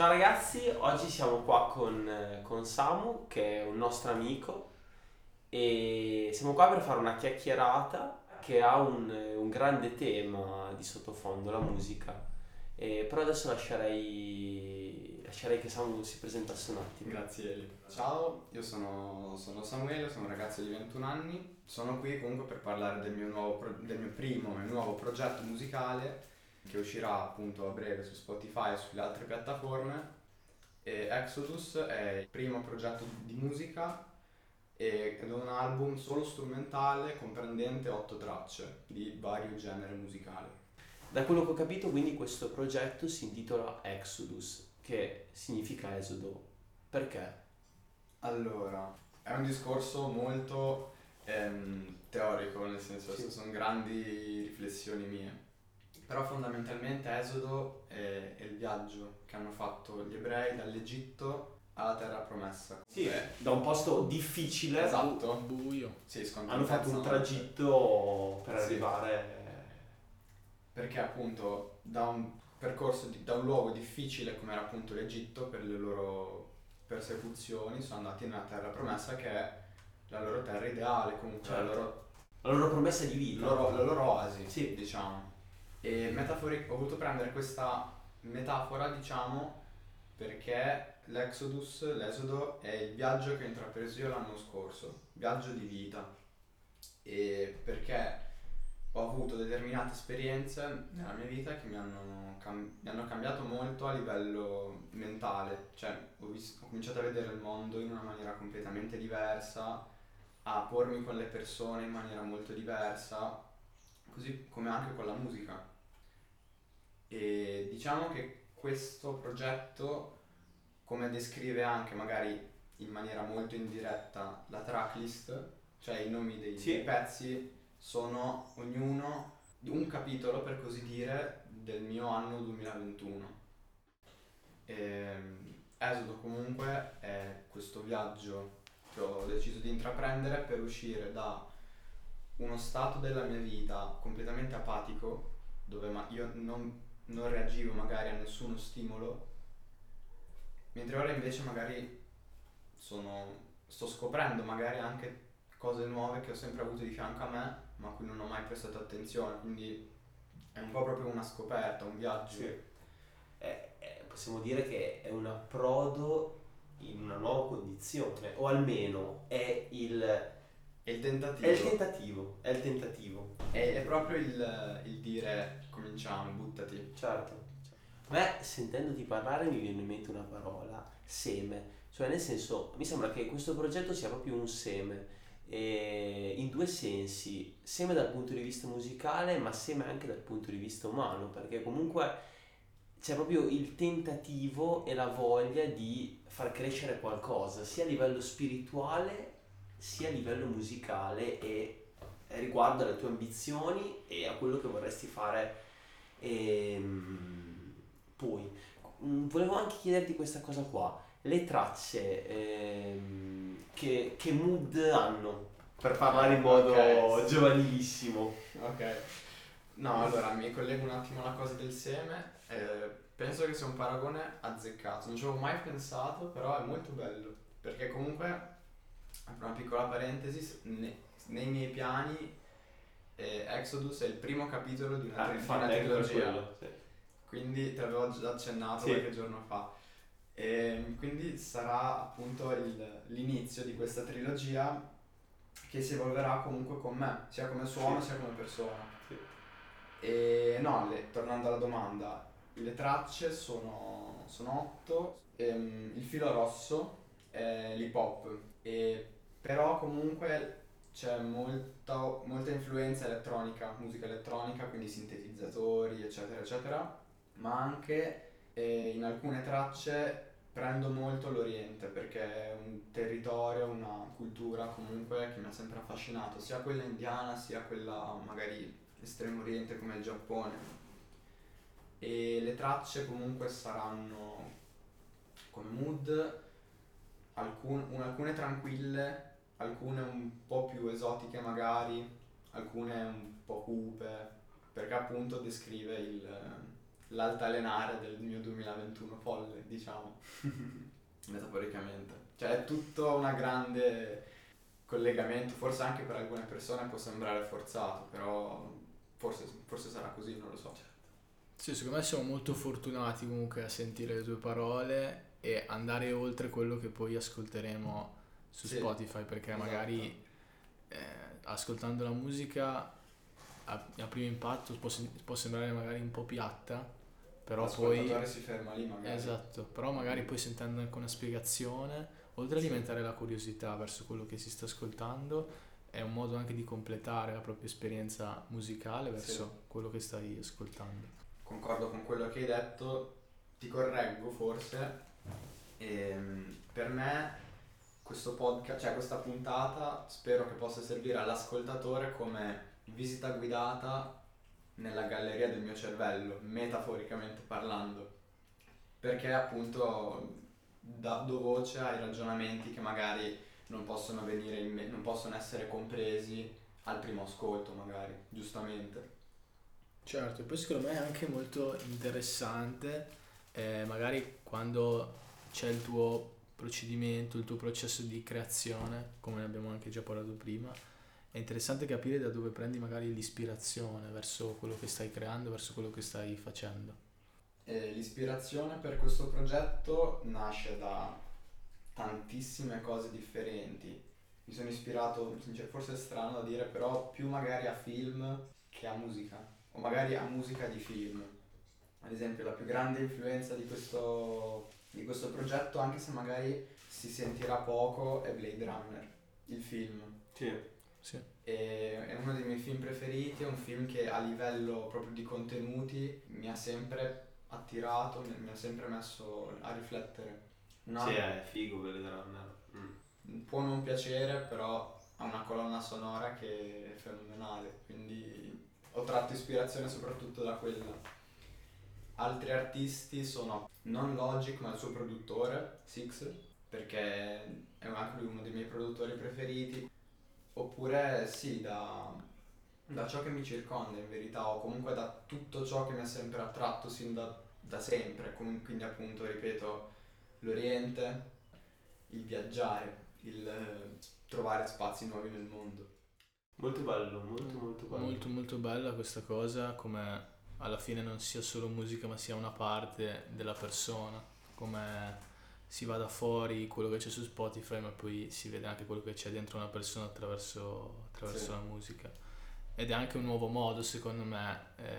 Ciao ragazzi, oggi siamo qua con Samu, che è un nostro amico, e siamo qua per fare una chiacchierata che ha un grande tema di sottofondo, la musica. Però adesso lascerei che Samu si presentasse un attimo. Grazie Eli. Ciao, io sono Samuele, sono un ragazzo di 21 anni. Sono qui comunque per parlare del mio primo e nuovo progetto musicale che uscirà appunto a breve su Spotify e sulle altre piattaforme. E Exodus è il primo progetto di musica ed è un album solo strumentale comprendente 8 tracce di vario genere musicale. Da quello che ho capito, quindi questo progetto si intitola Exodus, che significa esodo. Perché? Allora, è un discorso molto teorico, nel senso Sì. che sono grandi riflessioni mie. Però fondamentalmente Esodo è il viaggio che hanno fatto gli ebrei dall'Egitto alla terra promessa. Sì, da un posto difficile. Esatto. Buio. Sì, Hanno fatto un scontentezza. tragitto per Sì. arrivare. Perché appunto da un percorso, da un luogo difficile come era appunto l'Egitto per le loro persecuzioni sono andati nella terra promessa che è la loro terra ideale, comunque Certo. La loro promessa di vita. la loro oasi, Sì. diciamo. E ho voluto prendere questa metafora, diciamo, perché l'esodo, è il viaggio che ho intrapreso io l'anno scorso, viaggio di vita. E perché ho avuto determinate esperienze nella mia vita che mi hanno cambiato molto a livello mentale, cioè ho cominciato a vedere il mondo in una maniera completamente diversa, a pormi con le persone in maniera molto diversa, così come anche con la musica. E diciamo che questo progetto, come descrive anche magari in maniera molto indiretta la tracklist, cioè i nomi Sì. dei pezzi, sono ognuno un capitolo, per così dire, del mio anno 2021. Esodo comunque è questo viaggio che ho deciso di intraprendere per uscire da uno stato della mia vita completamente apatico, dove io non reagivo magari a nessuno stimolo, mentre ora invece magari sto scoprendo magari anche cose nuove che ho sempre avuto di fianco a me, ma a cui non ho mai prestato attenzione, quindi è un po' proprio una scoperta, un viaggio. Sì. Possiamo dire che è un approdo in una nuova condizione, o almeno è È il tentativo. il tentativo. È il tentativo. È proprio il dire cominciamo, buttati. Certo. A me, sentendoti parlare, mi viene in mente una parola, seme. Cioè, nel senso, mi sembra che questo progetto sia proprio un seme, in due sensi. Seme dal punto di vista musicale, ma seme anche dal punto di vista umano, perché comunque c'è proprio il tentativo e la voglia di far crescere qualcosa, sia a livello spirituale, sia a livello musicale e riguardo alle tue ambizioni e a quello che vorresti fare. Poi, volevo anche chiederti questa cosa qua. Le tracce, che mood hanno? Per parlare in modo Ok, sì. giovanilissimo. Ok. No, allora mi collego un attimo alla cosa del seme. Penso che sia un paragone azzeccato. Non ci avevo mai pensato, però è molto bello. Perché comunque, apro una piccola parentesi, nei miei piani Exodus è il primo capitolo di una Infatti, ecco per trilogia. quello. Sì. Quindi te l'avevo già accennato Sì. qualche giorno fa. E quindi sarà appunto l'inizio di questa trilogia che si evolverà comunque con me, sia come suono Sì. sia come persona. Sì. E no, tornando alla domanda, le tracce sono 8, il filo rosso è l'hip hop, però comunque c'è molta influenza elettronica, musica elettronica, quindi sintetizzatori, eccetera, eccetera, ma anche in alcune tracce prendo molto l'Oriente perché è un territorio, una cultura comunque che mi ha sempre affascinato, sia quella indiana sia quella magari estremo oriente come il Giappone. E le tracce comunque saranno come mood, alcune tranquille, alcune un po' più esotiche magari, alcune un po' cupe, perché appunto descrive l'altallenare del mio 2021 folle, diciamo, metaforicamente. Cioè è tutto una grande collegamento, forse anche per alcune persone può sembrare forzato, però forse sarà così, non lo so. Sì, secondo me siamo molto fortunati comunque a sentire le tue parole e andare oltre quello che poi ascolteremo su Sì, Spotify, perché esatto. magari ascoltando la musica a primo impatto può sembrare magari un po' piatta, però poi L'ascoltatore si ferma lì magari. esatto, però magari poi sentendo anche una spiegazione, oltre ad Sì. alimentare la curiosità verso quello che si sta ascoltando, è un modo anche di completare la propria esperienza musicale verso Sì. quello che stai ascoltando. Concordo con quello che hai detto, ti correggo forse. Per me questo podcast, cioè questa puntata, spero che possa servire all'ascoltatore come visita guidata nella galleria del mio cervello, metaforicamente parlando, perché appunto do voce ai ragionamenti che magari non possono venire non possono essere compresi al primo ascolto, magari, giustamente. Certo, e poi secondo me è anche molto interessante, magari quando c'è il tuo procedimento, il tuo processo di creazione, come ne abbiamo anche già parlato prima, è interessante capire da dove prendi magari l'ispirazione verso quello che stai creando, verso quello che stai facendo. L'ispirazione per questo progetto nasce da tantissime cose differenti. Mi sono ispirato, forse è strano da dire, però più magari a film che a musica, o magari a musica di film. Ad esempio, la più grande influenza di questo progetto, anche se magari si sentirà poco, è Blade Runner, il film. Sì. Sì. È uno dei miei film preferiti, è un film che a livello proprio di contenuti mi ha sempre attirato, mi ha sempre messo a riflettere. Sì, è figo Blade Runner. Può non piacere, però ha una colonna sonora che è fenomenale, quindi ho tratto ispirazione soprattutto da quella. Altri artisti sono non Logic, ma il suo produttore, Six, perché è anche lui uno dei miei produttori preferiti. Oppure sì, da ciò che mi circonda in verità, o comunque da tutto ciò che mi ha sempre attratto sin da sempre, quindi appunto, ripeto, l'Oriente, il viaggiare, il trovare spazi nuovi nel mondo. Molto bello, molto bello. Molto molto bella questa cosa, come alla fine non sia solo musica ma sia una parte della persona, come si va da fuori quello che c'è su Spotify ma poi si vede anche quello che c'è dentro una persona attraverso Sì. la musica. Ed è anche un nuovo modo secondo me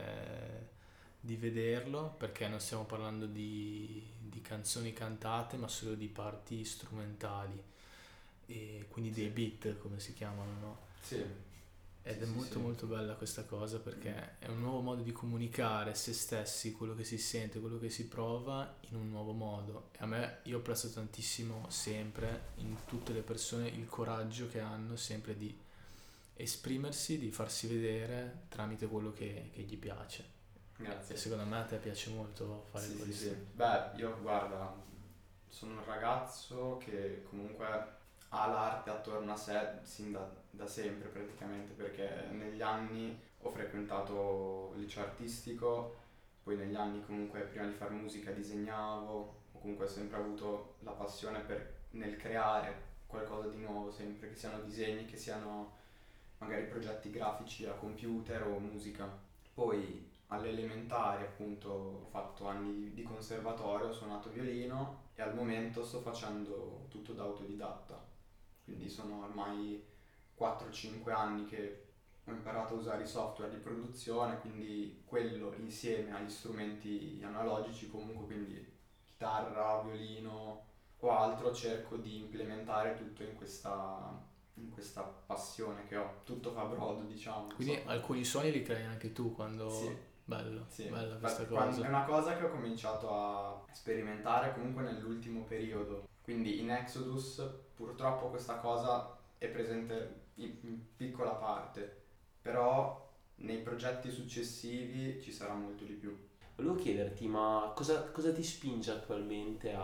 di vederlo, perché non stiamo parlando di canzoni cantate ma solo di parti strumentali e quindi dei Sì. beat come si chiamano, no? Sì. Ed Sì, è sì, molto sì. molto bella questa cosa perché è un nuovo modo di comunicare se stessi, quello che si sente, quello che si prova in un nuovo modo. E a me, io apprezzo tantissimo sempre in tutte le persone il coraggio che hanno sempre di esprimersi, di farsi vedere tramite quello che gli piace. Grazie. E secondo me a te piace molto fare Sì, sì, questo. sì. Beh, io guarda, sono un ragazzo che comunque ha l'arte attorno a sé sin da sempre praticamente, perché negli anni ho frequentato il liceo artistico, poi negli anni comunque prima di fare musica disegnavo, ho comunque sempre avuto la passione nel creare qualcosa di nuovo sempre, che siano disegni, che siano magari progetti grafici a computer o musica. Poi alle elementari appunto ho fatto anni di conservatorio, ho suonato violino e al momento sto facendo tutto da autodidatta. Quindi sono ormai 4-5 anni che ho imparato a usare i software di produzione, quindi quello insieme agli strumenti analogici comunque, quindi chitarra, violino o altro, cerco di implementare tutto in questa passione che ho. Tutto fa brodo, diciamo. non Quindi so come- alcuni suoni li crei anche tu quando... Sì. Bello, Sì, bella questa infatti è cosa. una cosa che ho cominciato a sperimentare comunque nell'ultimo periodo. Quindi in Exodus purtroppo questa cosa è presente in piccola parte, però nei progetti successivi ci sarà molto di più. Volevo chiederti, ma cosa ti spinge attualmente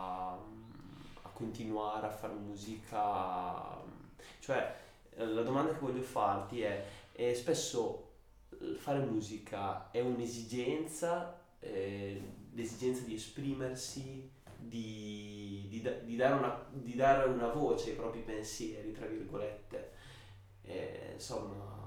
a continuare a fare musica? Cioè, la domanda che voglio farti è spesso fare musica è un'esigenza l'esigenza di esprimersi, di dare una voce ai propri pensieri, tra virgolette. Insomma,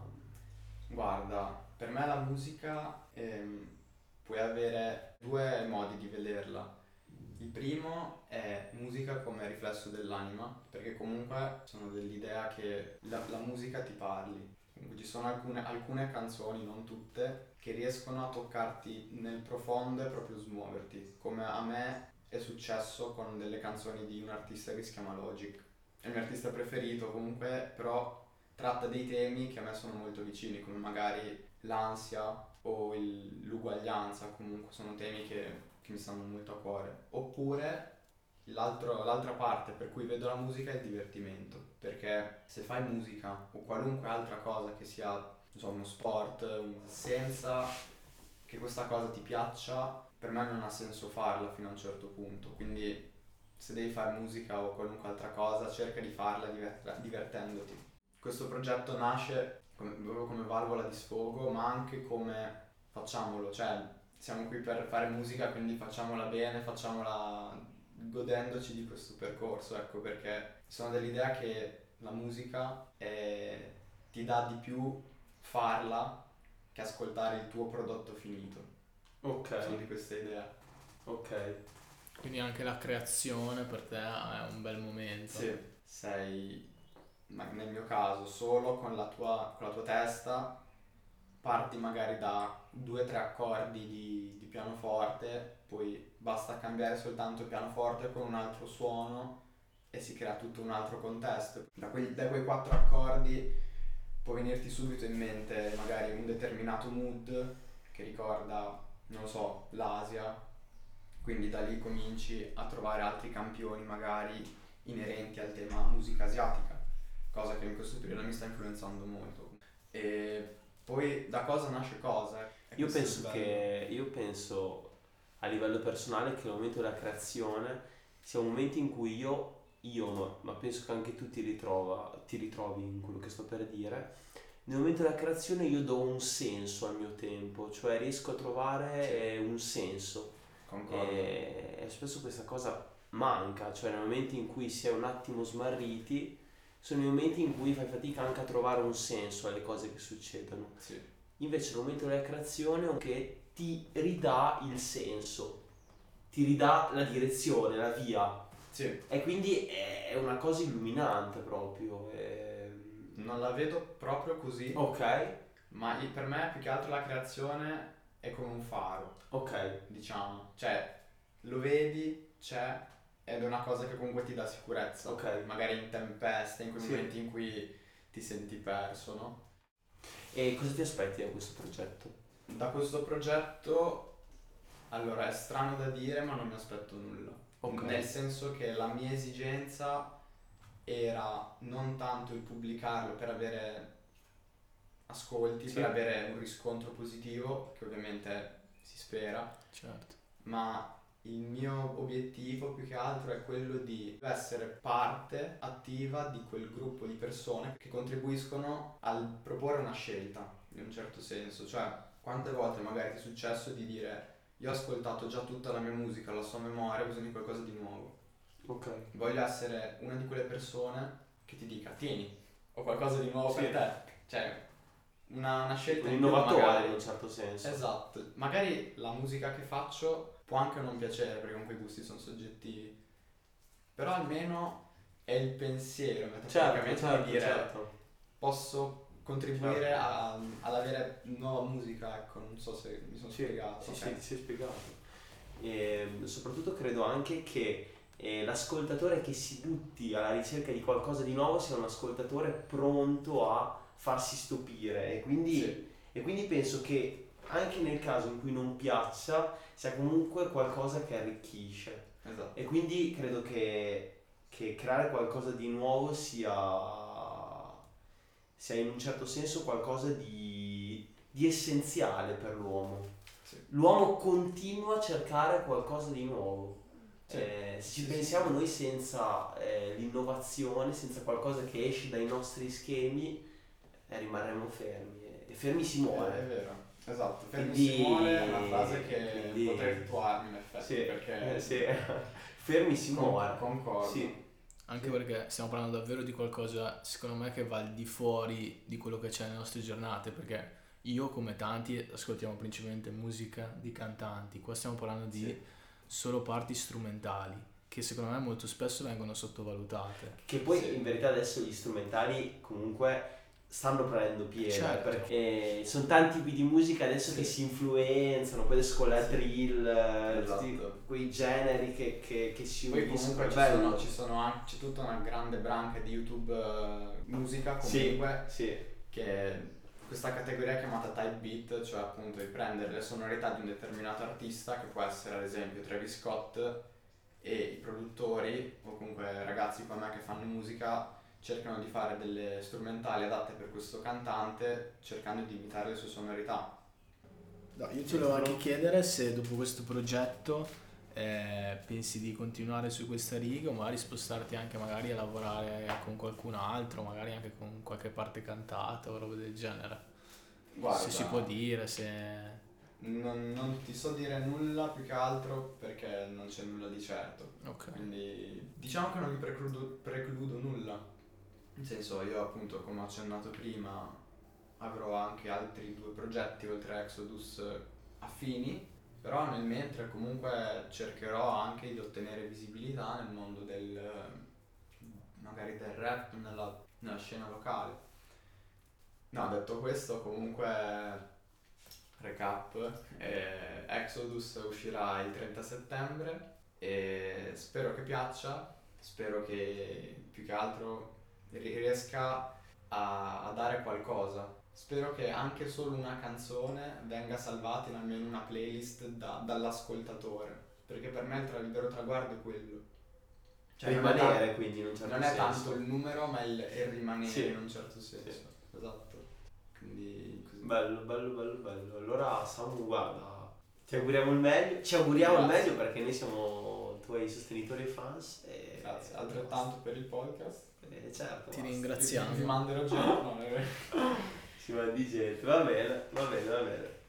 Guarda, per me la musica puoi avere due modi di vederla. Il primo è musica come riflesso dell'anima, perché comunque sono dell'idea che la musica ti parli. Comunque ci sono alcune canzoni, non tutte, che riescono a toccarti nel profondo e proprio smuoverti, come a me è successo con delle canzoni di un artista che si chiama Logic. È il mio artista preferito comunque, però tratta dei temi che a me sono molto vicini, come magari l'ansia o l'uguaglianza, comunque sono temi che mi stanno molto a cuore. Oppure l'altra parte per cui vedo la musica è il divertimento, perché se fai musica o qualunque altra cosa che sia, non so, uno sport, senza che questa cosa ti piaccia, per me non ha senso farla fino a un certo punto. Quindi se devi fare musica o qualunque altra cosa, cerca di farla divertendoti. Questo progetto nasce proprio come valvola di sfogo, ma anche come facciamolo, cioè siamo qui per fare musica, quindi facciamola bene, facciamola godendoci di questo percorso, ecco, perché sono dell'idea che la musica ti dà di più farla che ascoltare il tuo prodotto finito. ok, Sono di questa idea. ok. Quindi anche la creazione per te è un bel momento. Sì, sei, ma nel mio caso, solo con la tua testa, parti magari da 2 o 3 accordi di pianoforte, poi basta cambiare soltanto il pianoforte con un altro suono e si crea tutto un altro contesto. Da quei 4 accordi può venirti subito in mente magari un determinato mood che ricorda, non lo so, l'Asia, quindi da lì cominci a trovare altri campioni magari inerenti al tema musica asiatica, cosa che in questo periodo mi sta influenzando molto. E poi da cosa nasce cosa? E Io questo è penso bello. io penso a livello personale che il momento della creazione sia un momento in cui ma penso che anche tu ti ritrovi in quello che sto per dire. Nel momento della creazione io do un senso al mio tempo, cioè riesco a trovare un senso. Concordo. E spesso questa cosa manca, cioè nei momenti in cui si è un attimo smarriti, sono i momenti in cui fai fatica anche a trovare un senso alle cose che succedono. Sì. Invece il momento della creazione è che ti ridà il senso, ti ridà la direzione, la via, Sì, e quindi è una cosa illuminante proprio. non la vedo proprio così, Ok, ma per me più che altro la creazione è come un faro, ok, diciamo. Cioè, lo vedi, c'è, ed è una cosa che comunque ti dà sicurezza. ok. Magari in tempeste, in quei Sì. momenti in cui ti senti perso, no? E cosa ti aspetti da questo progetto? Da questo progetto, allora è strano da dire, ma non mi aspetto nulla. Ok. Nel senso che la mia esigenza era non tanto il pubblicarlo per avere ascolti, Sì. per avere un riscontro positivo, che ovviamente si spera, Certo. ma il mio obiettivo più che altro è quello di essere parte attiva di quel gruppo di persone che contribuiscono al proporre una scelta, in un certo senso. Cioè, quante volte magari ti è successo di dire io ho ascoltato già tutta la mia musica, la so a memoria, ho bisogno di qualcosa di nuovo. Ok. Voglio essere una di quelle persone che ti dica tieni, ho qualcosa di nuovo Sì. per te. Cioè, una scelta Un in più innovatore magari. in un certo senso. Esatto, magari la musica che faccio può anche non piacere perché comunque i gusti sono soggettivi, però almeno è il pensiero metaforicamente Certo, di dire certo. posso contribuire Certo. ad avere nuova musica, ecco, non so se mi sono spiegato. Sì, ok. sì, ti sei spiegato. E soprattutto credo anche che l'ascoltatore che si butti alla ricerca di qualcosa di nuovo sia un ascoltatore pronto a farsi stupire e quindi, Sì. e quindi penso che anche nel caso in cui non piaccia sia comunque qualcosa che arricchisce Esatto. e quindi credo che creare qualcosa di nuovo sia in un certo senso qualcosa di essenziale per l'uomo. Sì. L'uomo continua a cercare qualcosa di nuovo. Sì. Se ci Sì, pensiamo noi senza l'innovazione, senza qualcosa che esce dai nostri schemi, rimarremo fermi e fermi si È muore. vero. Esatto, fermi Quindi- si muore è una frase che quindi- potrei tatuarmi in effetti, Sì, perché sì. Fermi si muore. concordo. Sì. Anche perché stiamo parlando davvero di qualcosa, secondo me, che va al di fuori di quello che c'è nelle nostre giornate, perché io, come tanti, ascoltiamo principalmente musica di cantanti. Qua stiamo parlando di Sì. solo parti strumentali, che secondo me molto spesso vengono sottovalutate. Che poi Sì. in verità adesso gli strumentali comunque stanno prendendo piede, Certo. perché sono tanti tipi di musica adesso che Sì. si influenzano, poi adesso con la Sì. drill, Esatto. tutti quei generi che si Poi uniscono. comunque è ci bello. sono, ci sono anche, c'è tutta una grande branca di YouTube musica comunque, Sì, che questa categoria è chiamata type beat, cioè appunto di prendere le sonorità di un determinato artista, che può essere ad esempio Travis Scott, e i produttori o comunque ragazzi come me che fanno musica cercano di fare delle strumentali adatte per questo cantante cercando di imitare le sue sonorità. No, io ti volevo anche chiedere se dopo questo progetto pensi di continuare su questa riga o magari spostarti anche magari a lavorare con qualcun altro, magari anche con qualche parte cantata o roba del genere. Guarda, Se si può dire, se... non ti so dire nulla più che altro perché non c'è nulla di certo. Ok. Quindi diciamo che non mi precludo nulla. Nel senso, io appunto, come ho accennato prima, avrò anche altri 2 progetti oltre a Exodus affini, però nel mentre comunque cercherò anche di ottenere visibilità nel mondo magari del rap, nella scena locale. No, detto questo, comunque recap, Exodus uscirà il 30 settembre e spero che piaccia, spero che più che altro riesca a dare qualcosa. Spero che anche solo una canzone venga salvata in almeno una playlist dall'ascoltatore, perché per me il vero traguardo è quello. Cioè, non è rimanere quindi in un certo non è senso. tanto il numero, ma il rimanere Sì. in un certo senso. Sì. Esatto. Quindi così. Bello. Allora Samu, guarda, ti auguriamo il meglio, ci auguriamo il Grazie. meglio perché noi siamo tuoi sostenitori e fans. E Grazie, altrettanto per il podcast. Certo, Ti basta. ringraziamo. Vi manderò gente, no? Si va di gente, va bene.